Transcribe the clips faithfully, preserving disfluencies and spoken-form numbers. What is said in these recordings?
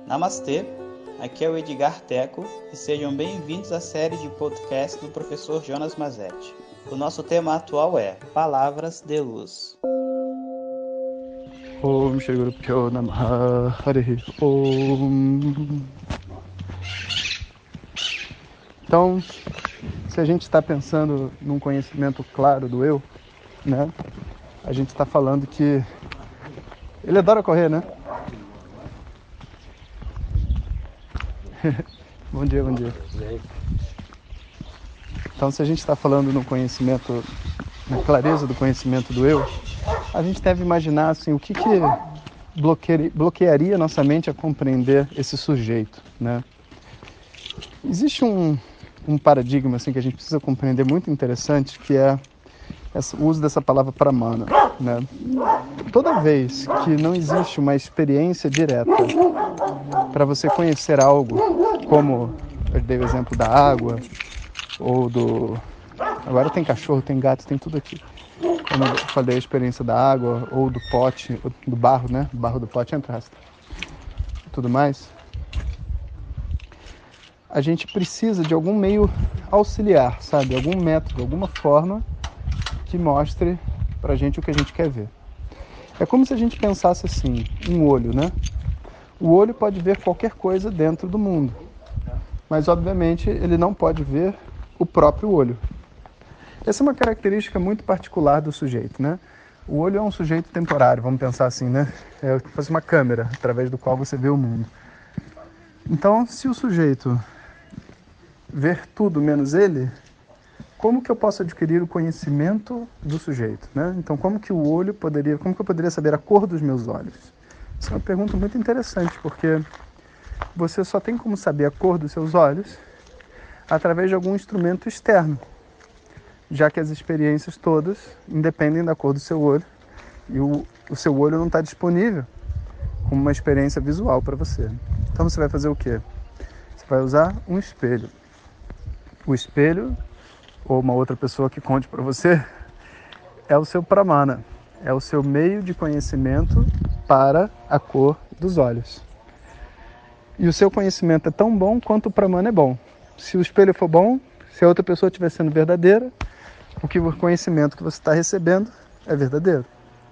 Namastê, aqui é o Edgar Teco e sejam bem-vindos à série de podcast do professor Jonas Mazetti. O nosso tema atual é Palavras de Luz. Om Shri Guru Pyo Namaha Harihi Om. Então, se a gente está pensando num conhecimento claro do eu, né? A gente está falando que ele adora correr, né? Bom dia, bom dia. Então, se a gente está falando no conhecimento, na clareza do conhecimento do eu, a gente deve imaginar assim, o que, que bloquearia, bloquearia nossa mente a compreender esse sujeito, né? Existe um, um paradigma assim, que a gente precisa compreender muito interessante, que é o uso dessa palavra pramana, né? Toda vez que não existe uma experiência direta para você conhecer algo, como eu dei o exemplo da água, ou do... Agora tem cachorro, tem gato, tem tudo aqui. Como eu falei, a experiência da água, ou do pote, do barro, né? O barro do pote entra, tudo mais. A gente precisa de algum meio auxiliar, sabe? Algum método, alguma forma que mostre pra gente o que a gente quer ver. É como se a gente pensasse assim, um olho, né? O olho pode ver qualquer coisa dentro do mundo, mas obviamente ele não pode ver o próprio olho. Essa é uma característica muito particular do sujeito, né? O olho é um sujeito temporário, vamos pensar assim, né? É como se fosse uma câmera através do qual você vê o mundo. Então, se o sujeito ver tudo menos ele, como que eu posso adquirir o conhecimento do sujeito, né? Então, como que o olho poderia, como que eu poderia saber a cor dos meus olhos? Essa é uma pergunta muito interessante, porque você só tem como saber a cor dos seus olhos através de algum instrumento externo, já que as experiências todas independem da cor do seu olho e o, o seu olho não está disponível como uma experiência visual para você. Então, você vai fazer o quê? Você vai usar um espelho. O espelho, ou uma outra pessoa que conte para você, é o seu pramana, é o seu meio de conhecimento para a cor dos olhos. E o seu conhecimento é tão bom quanto o pramana é bom. Se o espelho for bom, se a outra pessoa estiver sendo verdadeira, o que o conhecimento que você está recebendo é verdadeiro.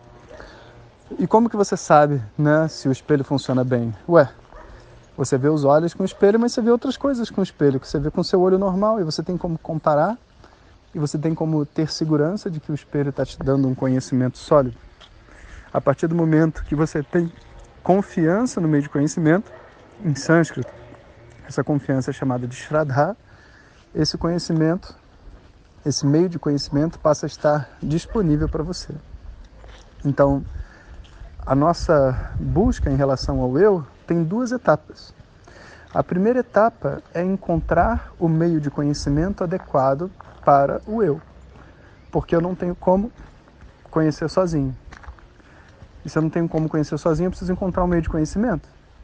E como que você sabe, né, se o espelho funciona bem? Ué, você vê os olhos com o espelho, mas você vê outras coisas com o espelho, que você vê com o seu olho normal, e você tem como comparar, e você tem como ter segurança de que o espelho está te dando um conhecimento sólido. A partir do momento que você tem confiança no meio de conhecimento, em sânscrito, essa confiança é chamada de Shraddha, esse conhecimento, esse meio de conhecimento passa a estar disponível para você. Então, a nossa busca em relação ao eu tem duas etapas. A primeira etapa é encontrar o meio de conhecimento adequado para o eu, porque eu não tenho como conhecer sozinho. E se eu não tenho como conhecer sozinho, eu preciso encontrar um meio de conhecimento.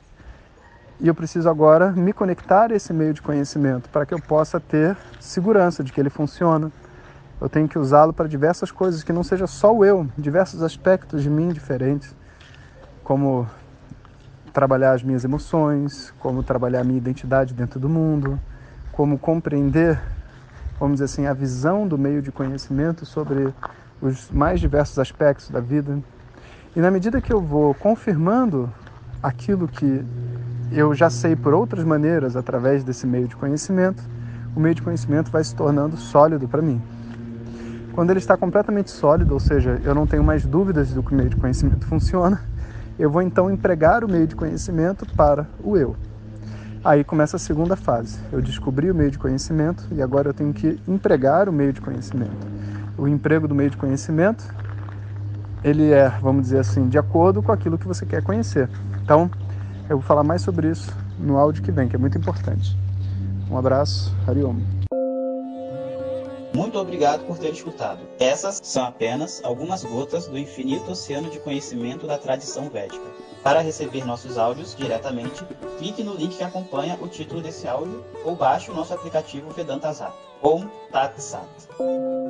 E eu preciso agora me conectar a esse meio de conhecimento para que eu possa ter segurança de que ele funciona. Eu tenho que usá-lo para diversas coisas, que não seja só o eu, diversos aspectos de mim diferentes, como trabalhar as minhas emoções, como trabalhar a minha identidade dentro do mundo, como compreender, vamos dizer assim, a visão do meio de conhecimento sobre os mais diversos aspectos da vida. E na medida que eu vou confirmando aquilo que eu já sei por outras maneiras através desse meio de conhecimento, o meio de conhecimento vai se tornando sólido para mim. Quando ele está completamente sólido, ou seja, eu não tenho mais dúvidas do que o meio de conhecimento funciona, eu vou então empregar o meio de conhecimento para o eu. Aí começa a segunda fase. Eu descobri o meio de conhecimento e agora eu tenho que empregar o meio de conhecimento. O emprego do meio de conhecimento, ele é, vamos dizer assim, de acordo com aquilo que você quer conhecer. Então, eu vou falar mais sobre isso no áudio que vem, que é muito importante. Um abraço, Hari Om. Muito obrigado por ter escutado. Essas são apenas algumas gotas do infinito oceano de conhecimento da tradição védica. Para receber nossos áudios diretamente, clique no link que acompanha o título desse áudio ou baixe o nosso aplicativo Vedanta Zap. Om Tat Sat.